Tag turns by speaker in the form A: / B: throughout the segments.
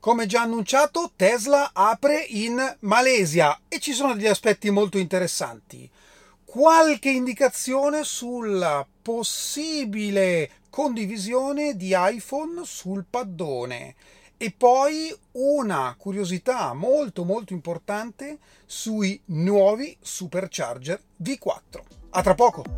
A: Come già annunciato, Tesla apre in Malesia e ci sono degli aspetti molto interessanti. Qualche indicazione sulla possibile condivisione di iPhone sul paddone e poi una curiosità molto molto importante sui nuovi Supercharger V4. A tra poco!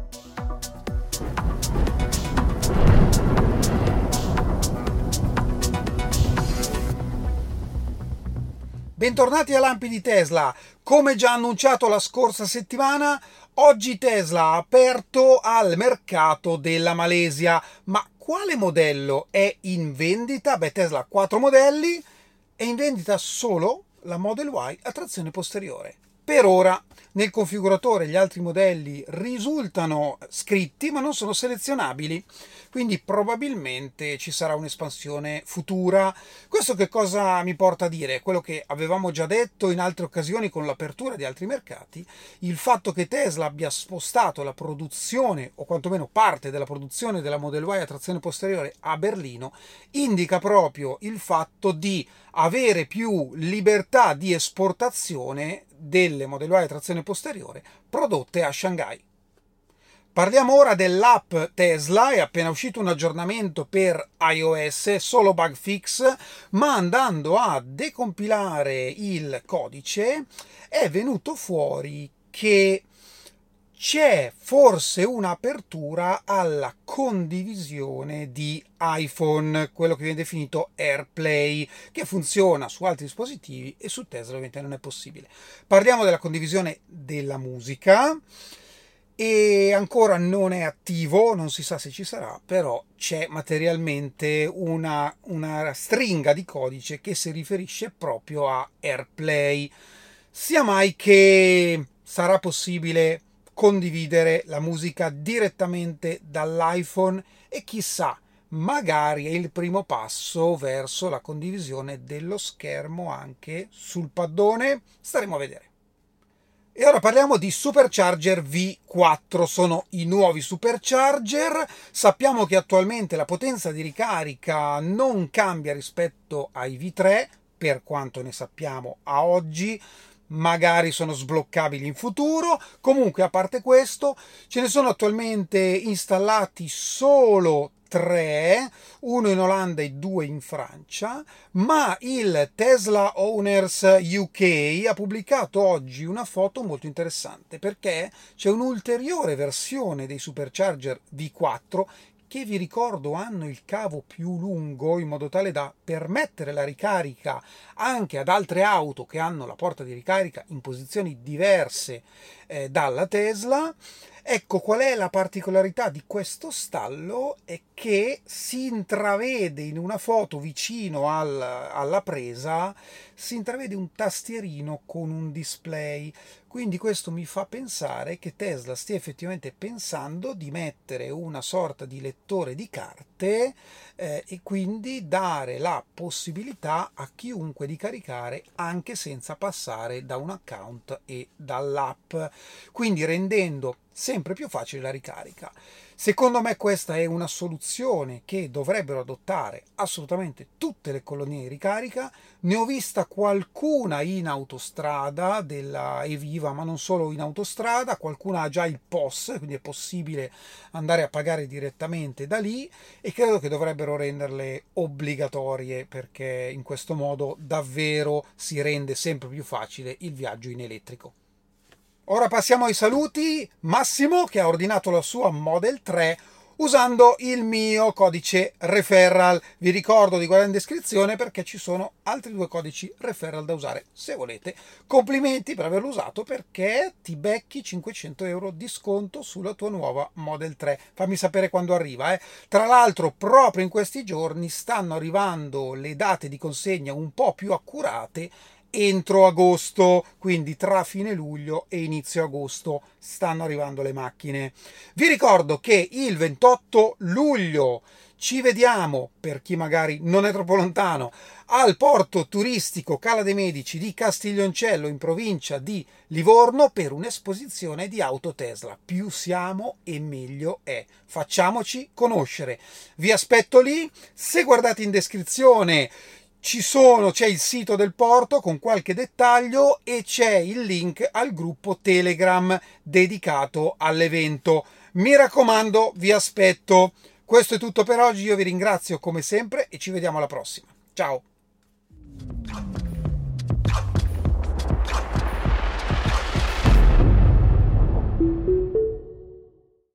A: Bentornati a Lampi di Tesla. Come già annunciato la scorsa settimana, oggi Tesla ha aperto al mercato della Malesia. Ma quale modello è in vendita? Tesla ha 4 modelli, è in vendita solo la Model Y a trazione posteriore. Per ora nel configuratore gli altri modelli risultano scritti ma non sono selezionabili, quindi probabilmente ci sarà un'espansione futura. Questo che cosa mi porta a dire? Quello che avevamo già detto in altre occasioni con l'apertura di altri mercati, il fatto che Tesla abbia spostato la produzione, o quantomeno parte della produzione della Model Y a trazione posteriore a Berlino, indica proprio il fatto di avere più libertà di esportazione delle Model Y a trazione posteriore prodotte a Shanghai. Parliamo ora dell'app Tesla. È appena uscito un aggiornamento per iOS, solo bug fix, ma andando a decompilare il codice è venuto fuori che c'è forse un'apertura alla condivisione di iPhone, quello che viene definito AirPlay, che funziona su altri dispositivi e su Tesla ovviamente non è possibile. Parliamo della condivisione della musica e ancora non è attivo, non si sa se ci sarà, però c'è materialmente una stringa di codice che si riferisce proprio a AirPlay. Sia mai che sarà possibile condividere la musica direttamente dall'iPhone e chissà, magari è il primo passo verso la condivisione dello schermo anche sul paddone. Staremo a vedere. E ora parliamo di Supercharger V4, sono i nuovi Supercharger. Sappiamo che attualmente la potenza di ricarica non cambia rispetto ai V3, per quanto ne sappiamo a oggi. Magari sono sbloccabili in futuro. Comunque, a parte questo, ce ne sono attualmente installati solo 3, uno in Olanda e 2 in Francia, ma il Tesla Owners UK ha pubblicato oggi una foto molto interessante perché c'è un'ulteriore versione dei Supercharger V4 che, vi ricordo, hanno il cavo più lungo in modo tale da permettere la ricarica anche ad altre auto che hanno la porta di ricarica in posizioni diverse dalla Tesla. Ecco, qual è la particolarità di questo stallo? È che si intravede in una foto vicino alla presa, si intravede un tastierino con un display. Quindi questo mi fa pensare che Tesla stia effettivamente pensando di mettere una sorta di lettore di carte e quindi dare la possibilità a chiunque di caricare anche senza passare da un account e dall'app, quindi rendendo sempre più facile la ricarica. Secondo me questa è una soluzione che dovrebbero adottare assolutamente tutte le colonnine di ricarica. Ne ho vista qualcuna in autostrada della Eviva, ma non solo in autostrada, qualcuna ha già il POS, quindi è possibile andare a pagare direttamente da lì e credo che dovrebbero renderle obbligatorie perché in questo modo davvero si rende sempre più facile il viaggio in elettrico. Ora passiamo ai saluti. Massimo che ha ordinato la sua Model 3 usando il mio codice referral. Vi ricordo di guardare in descrizione perché ci sono altri 2 codici referral da usare se volete. Complimenti per averlo usato perché ti becchi 500 euro di sconto sulla tua nuova Model 3. Fammi sapere quando arriva. Tra l'altro proprio in questi giorni stanno arrivando le date di consegna un po' più accurate entro agosto, quindi tra fine luglio e inizio agosto stanno arrivando le macchine. Vi ricordo che il 28 luglio ci vediamo, per chi magari non è troppo lontano, al porto turistico Cala dei Medici di Castiglioncello in provincia di Livorno per un'esposizione di auto Tesla. Più siamo e meglio è. Facciamoci conoscere. Vi aspetto lì. Se guardate in descrizione c'è il sito del porto con qualche dettaglio e c'è il link al gruppo Telegram dedicato all'evento. Mi raccomando, vi aspetto. Questo è tutto per oggi, io vi ringrazio come sempre e ci vediamo alla prossima. Ciao!